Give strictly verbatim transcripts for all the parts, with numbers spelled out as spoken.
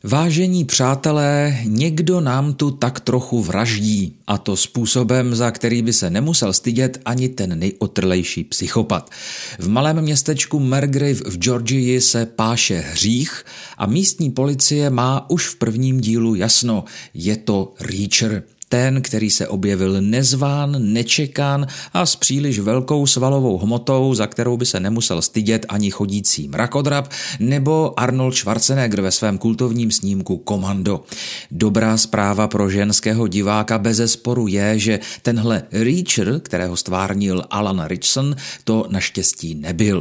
Vážení přátelé, někdo nám tu tak trochu vraždí, a to způsobem, za který by se nemusel stydět ani ten nejotrlejší psychopat. V malém městečku Margrave v Georgii se páše hřích a místní policie má už v prvním dílu jasno, je to Reacher. Ten, který se objevil nezván, nečekán a s příliš velkou svalovou hmotou, za kterou by se nemusel stydět ani chodící mrakodrap, nebo Arnold Schwarzenegger ve svém kultovním snímku Komando. Dobrá zpráva pro ženského diváka bezesporu je, že tenhle Reacher, kterého stvárnil Alan Ritchson, to naštěstí nebyl.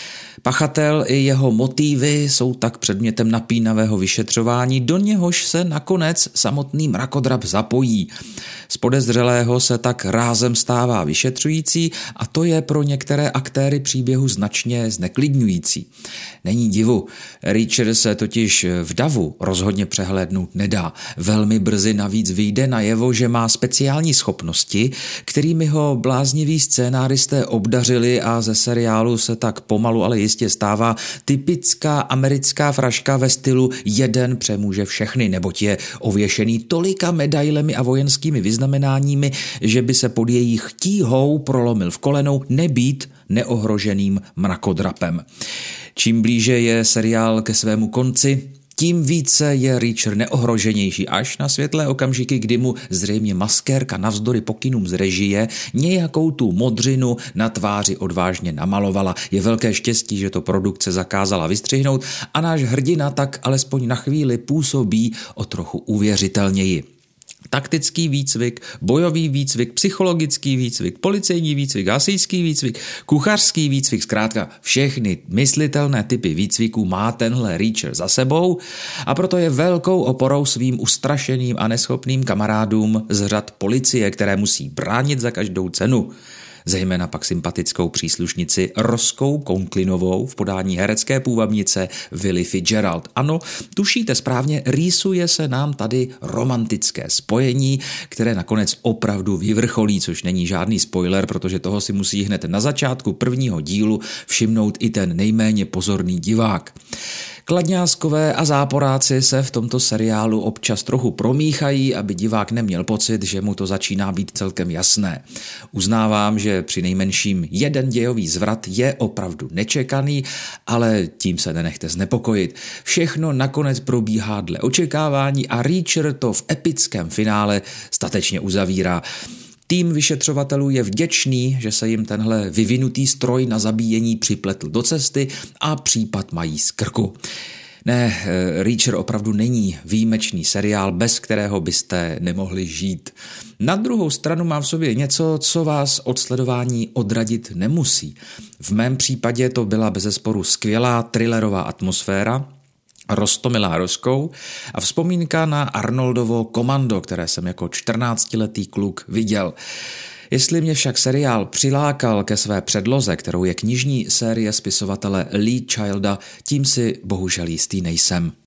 Pachatel i jeho motívy jsou tak předmětem napínavého vyšetřování, do něhož se nakonec samotný mrakodrap zapojí. Z podezřelého se tak rázem stává vyšetřující a to je pro některé aktéry příběhu značně zneklidňující. Není divu, Reacher se totiž v davu rozhodně přehlédnout nedá. Velmi brzy navíc vyjde najevo, že má speciální schopnosti, kterými ho blázniví scénáristé obdařili a ze seriálu se tak pomalu, ale jistě stává typická americká fraška ve stylu jeden přemůže všechny, neboť je ověšený tolika medailemi a vojenskými vyznamenáními, že by se pod jejich tíhou prolomil v kolenou nebýt neohroženým mrakodrapem. Čím blíže je seriál ke svému konci, tím více je Reacher neohroženější až na světlé okamžiky, kdy mu zřejmě maskérka navzdory pokynům z režie nějakou tu modřinu na tváři odvážně namalovala. Je velké štěstí, že to produkce zakázala vystřihnout a náš hrdina tak alespoň na chvíli působí o trochu uvěřitelněji. Taktický výcvik, bojový výcvik, psychologický výcvik, policejní výcvik, hasičský výcvik, kuchařský výcvik, zkrátka všechny myslitelné typy výcviků má tenhle Reacher za sebou a proto je velkou oporou svým ustrašeným a neschopným kamarádům z řad policie, které musí bránit za každou cenu. Zejména pak sympatickou příslušnici Roskou Conklinovou v podání herecké půvabnice Willy Fitzgerald. Ano, tušíte správně, rýsuje se nám tady romantické spojení, které nakonec opravdu vyvrcholí, což není žádný spoiler, protože toho si musí hned na začátku prvního dílu všimnout i ten nejméně pozorný divák. Kladňáskové a záporáci se v tomto seriálu občas trochu promíchají, aby divák neměl pocit, že mu to začíná být celkem jasné. Uznávám, že při nejmenším jeden dějový zvrat je opravdu nečekaný, ale tím se nenechte znepokojit. Všechno nakonec probíhá dle očekávání a Reacher to v epickém finále statečně uzavírá. Tým vyšetřovatelů je vděčný, že se jim tenhle vyvinutý stroj na zabíjení připletl do cesty a případ mají z krku. Ne, Reacher opravdu není výjimečný seriál, bez kterého byste nemohli žít. Na druhou stranu má v sobě něco, co vás od sledování odradit nemusí. V mém případě to byla bezesporu skvělá thrillerová atmosféra, roztomilá Roskou a vzpomínka na Arnoldovo Komando, které jsem jako čtrnáctiletý kluk viděl. Jestli mě však seriál přilákal ke své předloze, kterou je knižní série spisovatele Lee Childa, tím si bohužel jistý nejsem.